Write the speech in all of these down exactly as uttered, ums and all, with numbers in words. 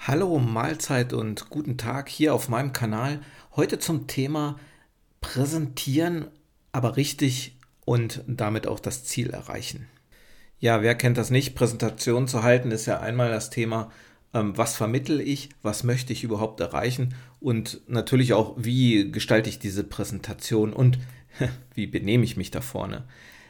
Hallo, Mahlzeit und guten Tag hier auf meinem Kanal. Heute zum Thema Präsentieren, aber richtig und damit auch das Ziel erreichen. Ja, wer kennt das nicht? Präsentation zu halten ist ja einmal das Thema, ähm, was vermittle ich, was möchte ich überhaupt erreichen und natürlich auch, wie gestalte ich diese Präsentation und wie benehme ich mich da vorne.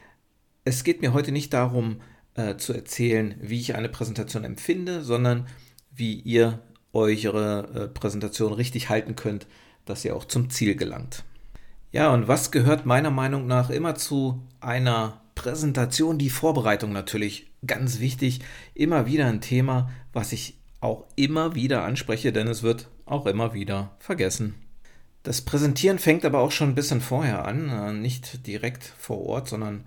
Es geht mir heute nicht darum, äh, zu erzählen, wie ich eine Präsentation empfinde, sondern wie ihr eure äh, Präsentation richtig halten könnt, dass ihr auch zum Ziel gelangt. Ja, und was gehört meiner Meinung nach immer zu einer Präsentation? Die Vorbereitung natürlich ganz wichtig. Immer wieder ein Thema, was ich auch immer wieder anspreche, denn es wird auch immer wieder vergessen. Das Präsentieren fängt aber auch schon ein bisschen vorher an, äh, nicht direkt vor Ort, sondern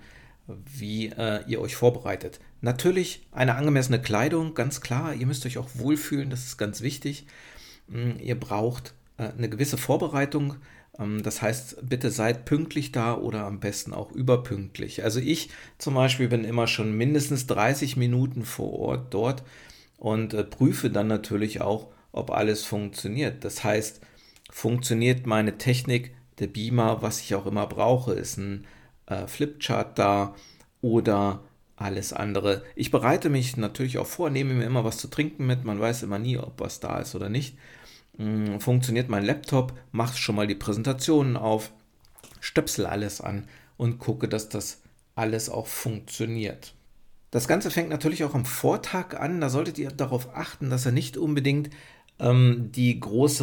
wie äh, ihr euch vorbereitet. Natürlich eine angemessene Kleidung, ganz klar. Ihr müsst euch auch wohlfühlen, das ist ganz wichtig. Mm, Ihr braucht äh, eine gewisse Vorbereitung. Ähm, das heißt, bitte seid pünktlich da oder am besten auch überpünktlich. Also ich zum Beispiel bin immer schon mindestens dreißig Minuten vor Ort dort und äh, prüfe dann natürlich auch, ob alles funktioniert. Das heißt, funktioniert meine Technik, der Beamer, was ich auch immer brauche, ist ein äh, Flipchart da oder alles andere. Ich bereite mich natürlich auch vor, nehme mir immer was zu trinken mit. Man weiß immer nie, ob was da ist oder nicht. Mm, Funktioniert mein Laptop, mache schon mal die Präsentationen auf, stöpsel alles an und gucke, dass das alles auch funktioniert. Das Ganze fängt natürlich auch am Vortag an. Da solltet ihr darauf achten, dass ihr nicht unbedingt ähm, die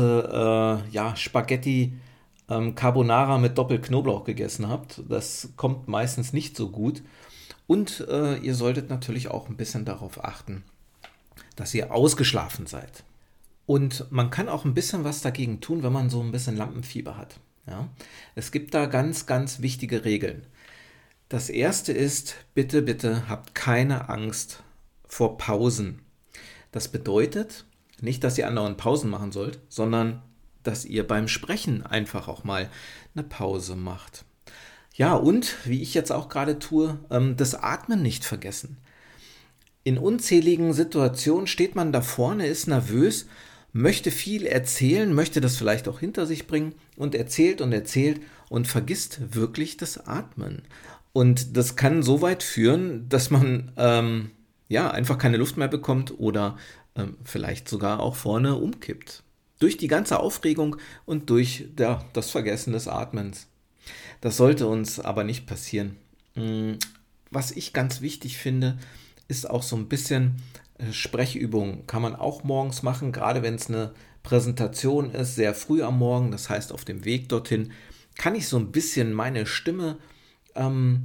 große äh, ja, Spaghetti ähm, Carbonara mit Doppelknoblauch gegessen habt. Das kommt meistens nicht so gut. Und äh, ihr solltet natürlich auch ein bisschen darauf achten, dass ihr ausgeschlafen seid. Und man kann auch ein bisschen was dagegen tun, wenn man so ein bisschen Lampenfieber hat. Ja? Es gibt da ganz, ganz wichtige Regeln. Das erste ist, bitte, bitte habt keine Angst vor Pausen. Das bedeutet nicht, dass ihr andauernd Pausen machen sollt, sondern dass ihr beim Sprechen einfach auch mal eine Pause macht. Ja, und wie ich jetzt auch gerade tue, ähm, das Atmen nicht vergessen. In unzähligen Situationen steht man da vorne, ist nervös, möchte viel erzählen, möchte das vielleicht auch hinter sich bringen und erzählt und erzählt und vergisst wirklich das Atmen. Und das kann so weit führen, dass man ähm, ja einfach keine Luft mehr bekommt oder ähm, vielleicht sogar auch vorne umkippt. Durch die ganze Aufregung und durch ja, das Vergessen des Atmens. Das sollte uns aber nicht passieren. Mm, Was ich ganz wichtig finde, ist auch so ein bisschen äh, Sprechübung. Kann man auch morgens machen, gerade wenn es eine Präsentation ist, sehr früh am Morgen. Das heißt, auf dem Weg dorthin kann ich so ein bisschen meine Stimme ähm,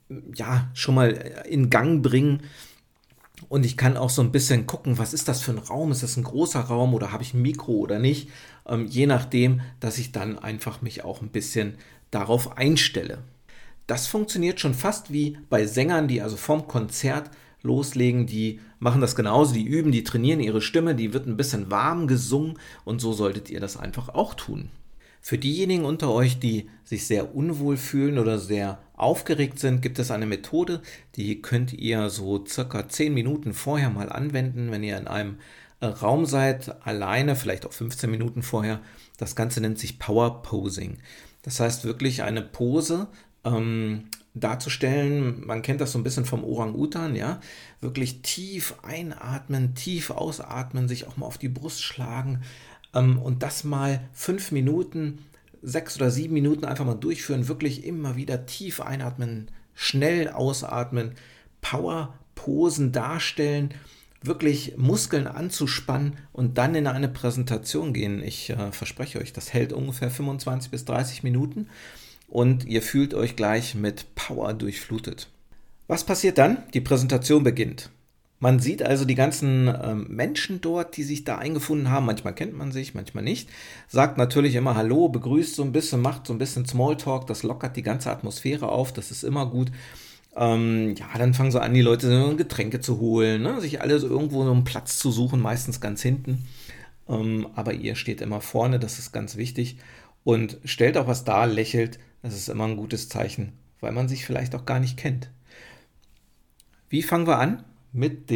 ja schon mal in Gang bringen. Und ich kann auch so ein bisschen gucken, was ist das für ein Raum? Ist das ein großer Raum oder habe ich ein Mikro oder nicht? Ähm, je nachdem, dass ich dann einfach mich auch ein bisschen darauf einstelle. Das funktioniert schon fast wie bei Sängern, die also vom Konzert loslegen. Die machen das genauso, die üben, die trainieren ihre Stimme, die wird ein bisschen warm gesungen und so solltet ihr das einfach auch tun. Für diejenigen unter euch, die sich sehr unwohl fühlen oder sehr aufgeregt sind, gibt es eine Methode, die könnt ihr so circa zehn Minuten vorher mal anwenden, wenn ihr in einem äh, Raum seid, alleine, vielleicht auch fünfzehn Minuten vorher. Das Ganze nennt sich Power Posing. Das heißt wirklich eine Pose ähm, darzustellen. Man kennt das so ein bisschen vom Orang-Utan, ja. Wirklich tief einatmen, tief ausatmen, sich auch mal auf die Brust schlagen ähm, und das mal fünf Minuten, sechs oder sieben Minuten einfach mal durchführen. Wirklich immer wieder tief einatmen, schnell ausatmen, Power-Posen darstellen, wirklich Muskeln anzuspannen und dann in eine Präsentation gehen. Ich äh, verspreche euch, das hält ungefähr fünfundzwanzig bis dreißig Minuten und ihr fühlt euch gleich mit Power durchflutet. Was passiert dann? Die Präsentation beginnt. Man sieht also die ganzen ähm, Menschen dort, die sich da eingefunden haben. Manchmal kennt man sich, manchmal nicht. Sagt natürlich immer Hallo, begrüßt so ein bisschen, macht so ein bisschen Smalltalk. Das lockert die ganze Atmosphäre auf. Das ist immer gut. Ähm, ja, dann fangen so an, die Leute so Getränke zu holen, ne? Sich alle so irgendwo so einen Platz zu suchen, meistens ganz hinten. Ähm, aber ihr steht immer vorne, das ist ganz wichtig. Und stellt auch was dar, lächelt. Das ist immer ein gutes Zeichen, weil man sich vielleicht auch gar nicht kennt. Wie fangen wir an? Mit dem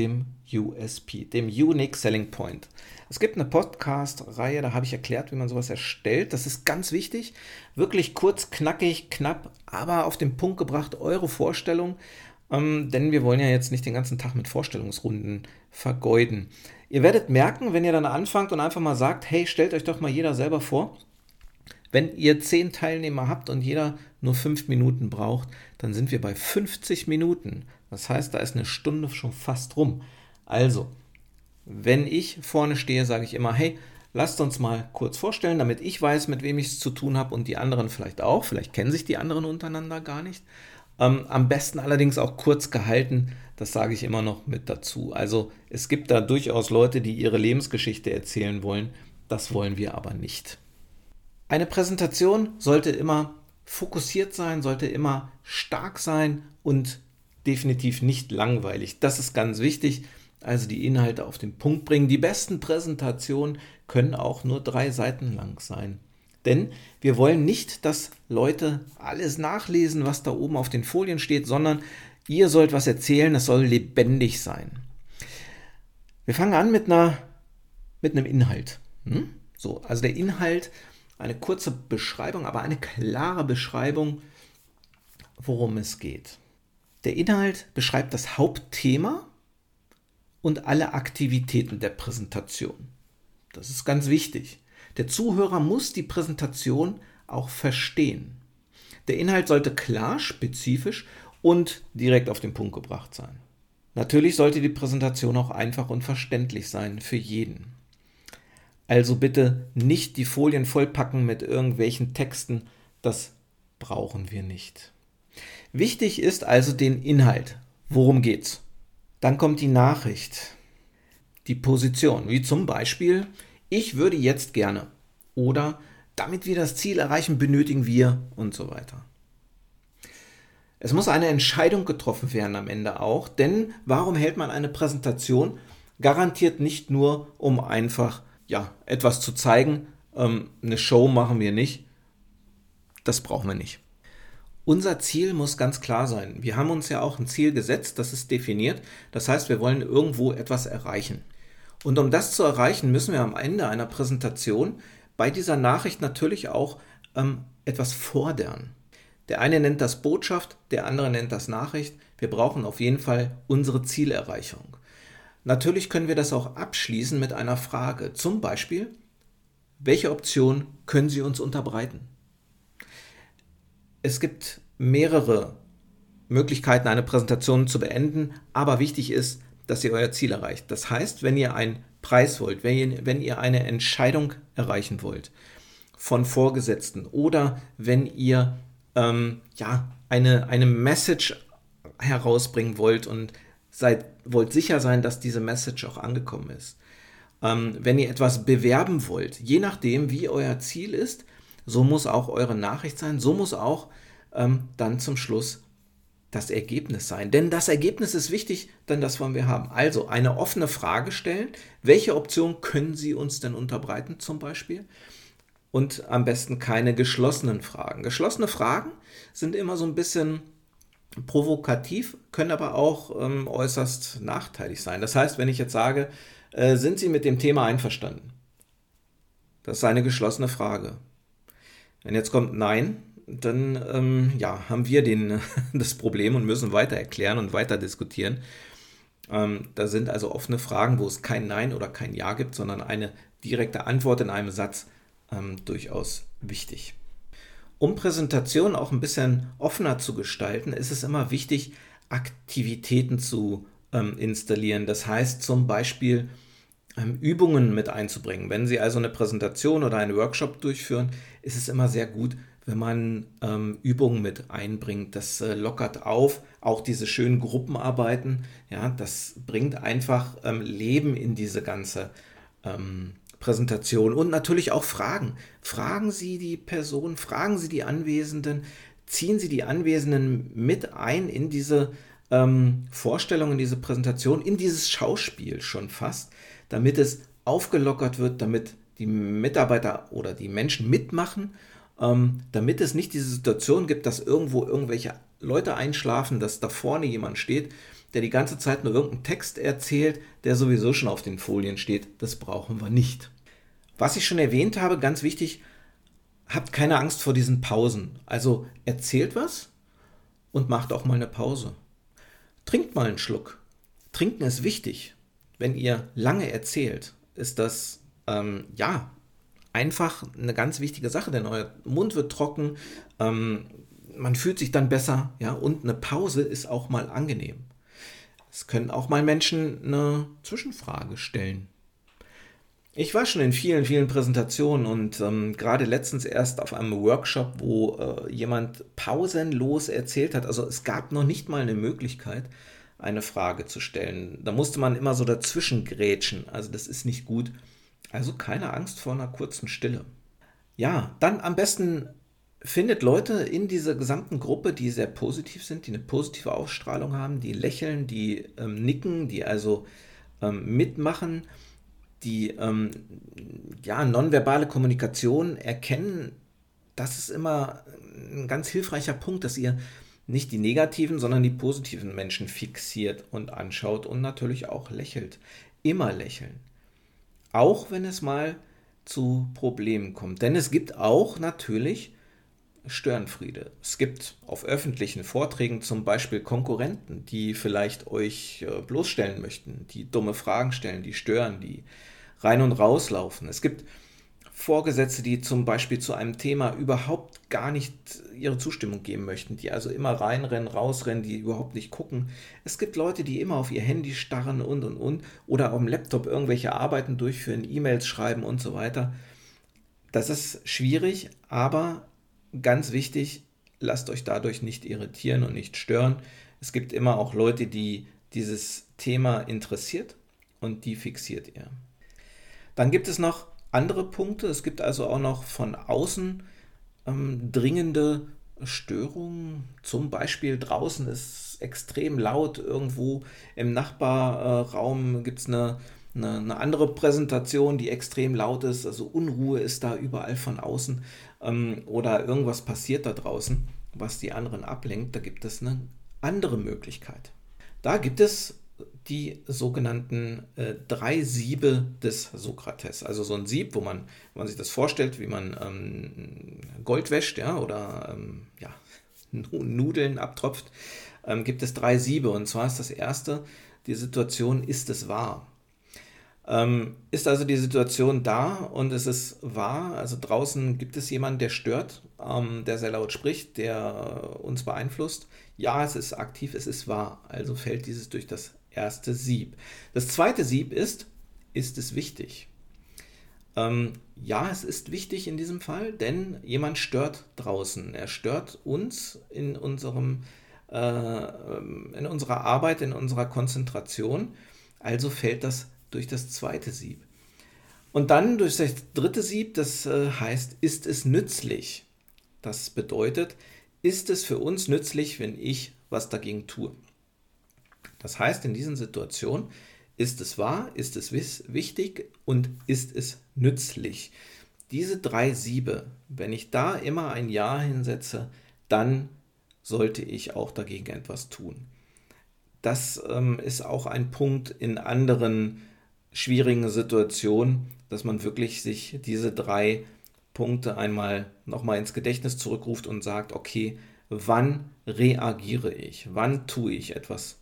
U S P, dem Unique Selling Point. Es gibt eine Podcast-Reihe, da habe ich erklärt, wie man sowas erstellt. Das ist ganz wichtig, wirklich kurz, knackig, knapp, aber auf den Punkt gebracht, eure Vorstellung, ähm, denn wir wollen ja jetzt nicht den ganzen Tag mit Vorstellungsrunden vergeuden. Ihr werdet merken, wenn ihr dann anfangt und einfach mal sagt, hey, stellt euch doch mal jeder selber vor, wenn ihr zehn Teilnehmer habt und jeder nur fünf Minuten braucht, dann sind wir bei fünfzig Minuten. Das heißt, da ist eine Stunde schon fast rum. Also, wenn ich vorne stehe, sage ich immer, hey, lasst uns mal kurz vorstellen, damit ich weiß, mit wem ich es zu tun habe und die anderen vielleicht auch. Vielleicht kennen sich die anderen untereinander gar nicht. Ähm, am besten allerdings auch kurz gehalten, das sage ich immer noch mit dazu. Also es gibt da durchaus Leute, die ihre Lebensgeschichte erzählen wollen. Das wollen wir aber nicht. Eine Präsentation sollte immer fokussiert sein, sollte immer stark sein und definitiv nicht langweilig. Das ist ganz wichtig. Also die Inhalte auf den Punkt bringen. Die besten Präsentationen können auch nur drei Seiten lang sein. Denn wir wollen nicht, dass Leute alles nachlesen, was da oben auf den Folien steht, sondern ihr sollt was erzählen, es soll lebendig sein. Wir fangen an mit einer, mit einem Inhalt. Hm? So, also der Inhalt, eine kurze Beschreibung, aber eine klare Beschreibung, worum es geht. Der Inhalt beschreibt das Hauptthema und alle Aktivitäten der Präsentation. Das ist ganz wichtig. Der Zuhörer muss die Präsentation auch verstehen. Der Inhalt sollte klar, spezifisch und direkt auf den Punkt gebracht sein. Natürlich sollte die Präsentation auch einfach und verständlich sein für jeden. Also bitte nicht die Folien vollpacken mit irgendwelchen Texten, das brauchen wir nicht. Wichtig ist also den Inhalt. Worum geht's? Dann kommt die Nachricht, die Position, wie zum Beispiel, ich würde jetzt gerne oder damit wir das Ziel erreichen, benötigen wir und so weiter. Es muss eine Entscheidung getroffen werden am Ende auch, denn warum hält man eine Präsentation? Garantiert nicht nur, um einfach ja, etwas zu zeigen, ähm, eine Show machen wir nicht, das brauchen wir nicht. Unser Ziel muss ganz klar sein. Wir haben uns ja auch ein Ziel gesetzt, das ist definiert. Das heißt, wir wollen irgendwo etwas erreichen. Und um das zu erreichen, müssen wir am Ende einer Präsentation bei dieser Nachricht natürlich auch ähm, etwas fordern. Der eine nennt das Botschaft, der andere nennt das Nachricht. Wir brauchen auf jeden Fall unsere Zielerreichung. Natürlich können wir das auch abschließen mit einer Frage. Zum Beispiel, welche Option können Sie uns unterbreiten? Es gibt mehrere Möglichkeiten, eine Präsentation zu beenden, aber wichtig ist, dass ihr euer Ziel erreicht. Das heißt, wenn ihr einen Preis wollt, wenn ihr, wenn ihr eine Entscheidung erreichen wollt von Vorgesetzten oder wenn ihr ähm, ja, eine, eine Message herausbringen wollt und seid, wollt sicher sein, dass diese Message auch angekommen ist. Ähm, wenn ihr etwas bewerben wollt, je nachdem, wie euer Ziel ist, so muss auch eure Nachricht sein, so muss auch ähm, dann zum Schluss das Ergebnis sein. Denn das Ergebnis ist wichtig, denn das wollen wir haben. Also eine offene Frage stellen. Welche Option können Sie uns denn unterbreiten zum Beispiel? Und am besten keine geschlossenen Fragen. Geschlossene Fragen sind immer so ein bisschen provokativ, können aber auch ähm, äußerst nachteilig sein. Das heißt, wenn ich jetzt sage, äh, sind Sie mit dem Thema einverstanden? Das ist eine geschlossene Frage. Wenn jetzt kommt Nein, dann ähm, ja, haben wir den, das Problem und müssen weiter erklären und weiter diskutieren. Ähm, da sind also offene Fragen, wo es kein Nein oder kein Ja gibt, sondern eine direkte Antwort in einem Satz ähm, durchaus wichtig. Um Präsentationen auch ein bisschen offener zu gestalten, ist es immer wichtig, Aktivitäten zu ähm, installieren. Das heißt zum Beispiel ähm, Übungen mit einzubringen. Wenn Sie also eine Präsentation oder einen Workshop durchführen, ist es immer sehr gut, wenn man ähm, Übungen mit einbringt. Das äh, lockert auf, auch diese schönen Gruppenarbeiten. Ja, das bringt einfach ähm, Leben in diese ganze ähm, Präsentation und natürlich auch Fragen. Fragen Sie die Person, fragen Sie die Anwesenden, ziehen Sie die Anwesenden mit ein in diese ähm, Vorstellung, in diese Präsentation, in dieses Schauspiel schon fast, damit es aufgelockert wird, damit die Mitarbeiter oder die Menschen mitmachen, ähm, damit es nicht diese Situation gibt, dass irgendwo irgendwelche Leute einschlafen, dass da vorne jemand steht der die ganze Zeit nur irgendeinen Text erzählt, der sowieso schon auf den Folien steht. Das brauchen wir nicht. Was ich schon erwähnt habe, ganz wichtig, habt keine Angst vor diesen Pausen. Also erzählt was und macht auch mal eine Pause. Trinkt mal einen Schluck. Trinken ist wichtig. Wenn ihr lange erzählt, ist das, ähm, ja, einfach eine ganz wichtige Sache, denn euer Mund wird trocken, ähm, man fühlt sich dann besser, ja, und eine Pause ist auch mal angenehm. Es können auch mal Menschen eine Zwischenfrage stellen. Ich war schon in vielen, vielen Präsentationen und ähm, gerade letztens erst auf einem Workshop, wo äh, jemand pausenlos erzählt hat. Also es gab noch nicht mal eine Möglichkeit, eine Frage zu stellen. Da musste man immer so dazwischen grätschen. Also das ist nicht gut. Also keine Angst vor einer kurzen Stille. Ja, dann am besten findet Leute in dieser gesamten Gruppe, die sehr positiv sind, die eine positive Ausstrahlung haben, die lächeln, die ähm, nicken, die also ähm, mitmachen, die ähm, ja, nonverbale Kommunikation erkennen. Das ist immer ein ganz hilfreicher Punkt, dass ihr nicht die negativen, sondern die positiven Menschen fixiert und anschaut und natürlich auch lächelt. Immer lächeln. Auch wenn es mal zu Problemen kommt. Denn es gibt auch natürlich Störenfriede. Es gibt auf öffentlichen Vorträgen zum Beispiel Konkurrenten, die vielleicht euch äh, bloßstellen möchten, die dumme Fragen stellen, die stören, die rein und rauslaufen. Es gibt Vorgesetzte, die zum Beispiel zu einem Thema überhaupt gar nicht ihre Zustimmung geben möchten, die also immer reinrennen, rausrennen, die überhaupt nicht gucken. Es gibt Leute, die immer auf ihr Handy starren und und und oder auf dem Laptop irgendwelche Arbeiten durchführen, E-Mails schreiben und so weiter. Das ist schwierig, aber ganz wichtig, lasst euch dadurch nicht irritieren und nicht stören. Es gibt immer auch Leute, die dieses Thema interessiert und die fixiert ihr. Dann gibt es noch andere Punkte. Es gibt also auch noch von außen ähm, dringende Störungen. Zum Beispiel draußen ist es extrem laut. Irgendwo im Nachbarraum gibt es eine, eine, eine andere Präsentation, die extrem laut ist. Also Unruhe ist da überall von außen. Ähm, oder irgendwas passiert da draußen, was die anderen ablenkt. Da gibt es eine andere Möglichkeit. Da gibt es die sogenannten äh, drei Siebe des Sokrates. Also so ein Sieb, wo man, wenn man sich das vorstellt, wie man ähm, Gold wäscht, ja, oder ähm, ja, Nudeln abtropft, ähm, gibt es drei Siebe. Und zwar ist das erste, die Situation, ist es wahr? Ähm, ist also die Situation da und es ist wahr? Also draußen gibt es jemanden, der stört, ähm, der sehr laut spricht, der uns beeinflusst. Ja, es ist aktiv, es ist wahr. Also fällt dieses durch das erste Sieb. Das zweite Sieb ist, ist es wichtig? Ähm, ja, es ist wichtig in diesem Fall, denn jemand stört draußen. Er stört uns in unserem, äh, in unserer Arbeit, in unserer Konzentration. Also fällt das durch das zweite Sieb. Und dann durch das dritte Sieb, das äh, heißt, ist es nützlich? Das bedeutet, ist es für uns nützlich, wenn ich was dagegen tue? Das heißt, in diesen Situationen, ist es wahr, ist es wichtig und ist es nützlich? Diese drei Siebe, wenn ich da immer ein Ja hinsetze, dann sollte ich auch dagegen etwas tun. Das ähm, ist auch ein Punkt in anderen schwierigen Situationen, dass man wirklich sich diese drei Punkte einmal nochmal ins Gedächtnis zurückruft und sagt, okay, wann reagiere ich? Wann tue ich etwas?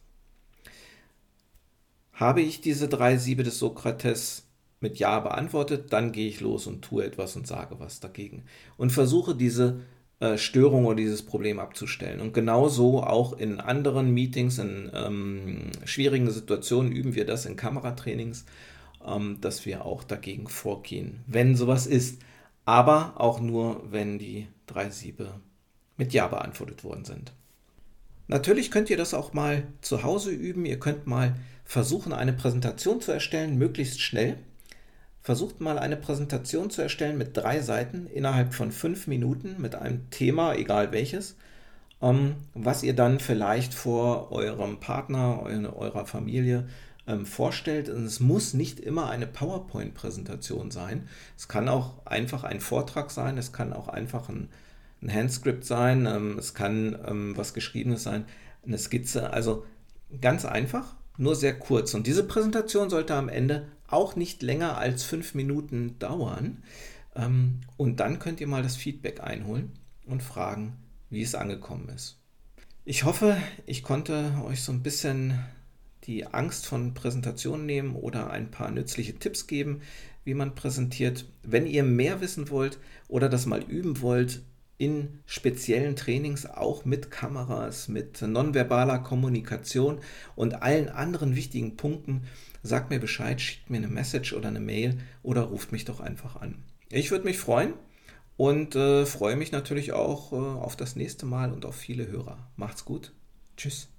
Habe ich diese drei Siebe des Sokrates mit Ja beantwortet, dann gehe ich los und tue etwas und sage was dagegen. Und versuche diese äh, Störung oder dieses Problem abzustellen. Und genauso auch in anderen Meetings, in ähm, schwierigen Situationen üben wir das in Kameratrainings, ähm, dass wir auch dagegen vorgehen, wenn sowas ist. Aber auch nur, wenn die drei Siebe mit Ja beantwortet worden sind. Natürlich könnt ihr das auch mal zu Hause üben. Ihr könnt mal versuchen, eine Präsentation zu erstellen, möglichst schnell. Versucht mal eine Präsentation zu erstellen mit drei Seiten innerhalb von fünf Minuten mit einem Thema, egal welches, ähm, was ihr dann vielleicht vor eurem Partner, eurer Familie ähm, vorstellt. Und es muss nicht immer eine PowerPoint-Präsentation sein. Es kann auch einfach ein Vortrag sein, es kann auch einfach ein, ein Handscript sein, ähm, es kann ähm, was Geschriebenes sein, eine Skizze. Also Ganz einfach, nur sehr kurz. Und diese Präsentation sollte am Ende auch nicht länger als fünf Minuten dauern. Ähm, Und dann könnt ihr mal das Feedback einholen und fragen, wie es angekommen ist. Ich hoffe, ich konnte euch so ein bisschen die Angst von Präsentationen nehmen oder ein paar nützliche Tipps geben, wie man präsentiert. Wenn ihr mehr wissen wollt oder das mal üben wollt, in speziellen Trainings, auch mit Kameras, mit nonverbaler Kommunikation und allen anderen wichtigen Punkten, sagt mir Bescheid, schickt mir eine Message oder eine Mail oder ruft mich doch einfach an. Ich würde mich freuen und äh, freue mich natürlich auch äh, auf das nächste Mal und auf viele Hörer. Macht's gut. Tschüss.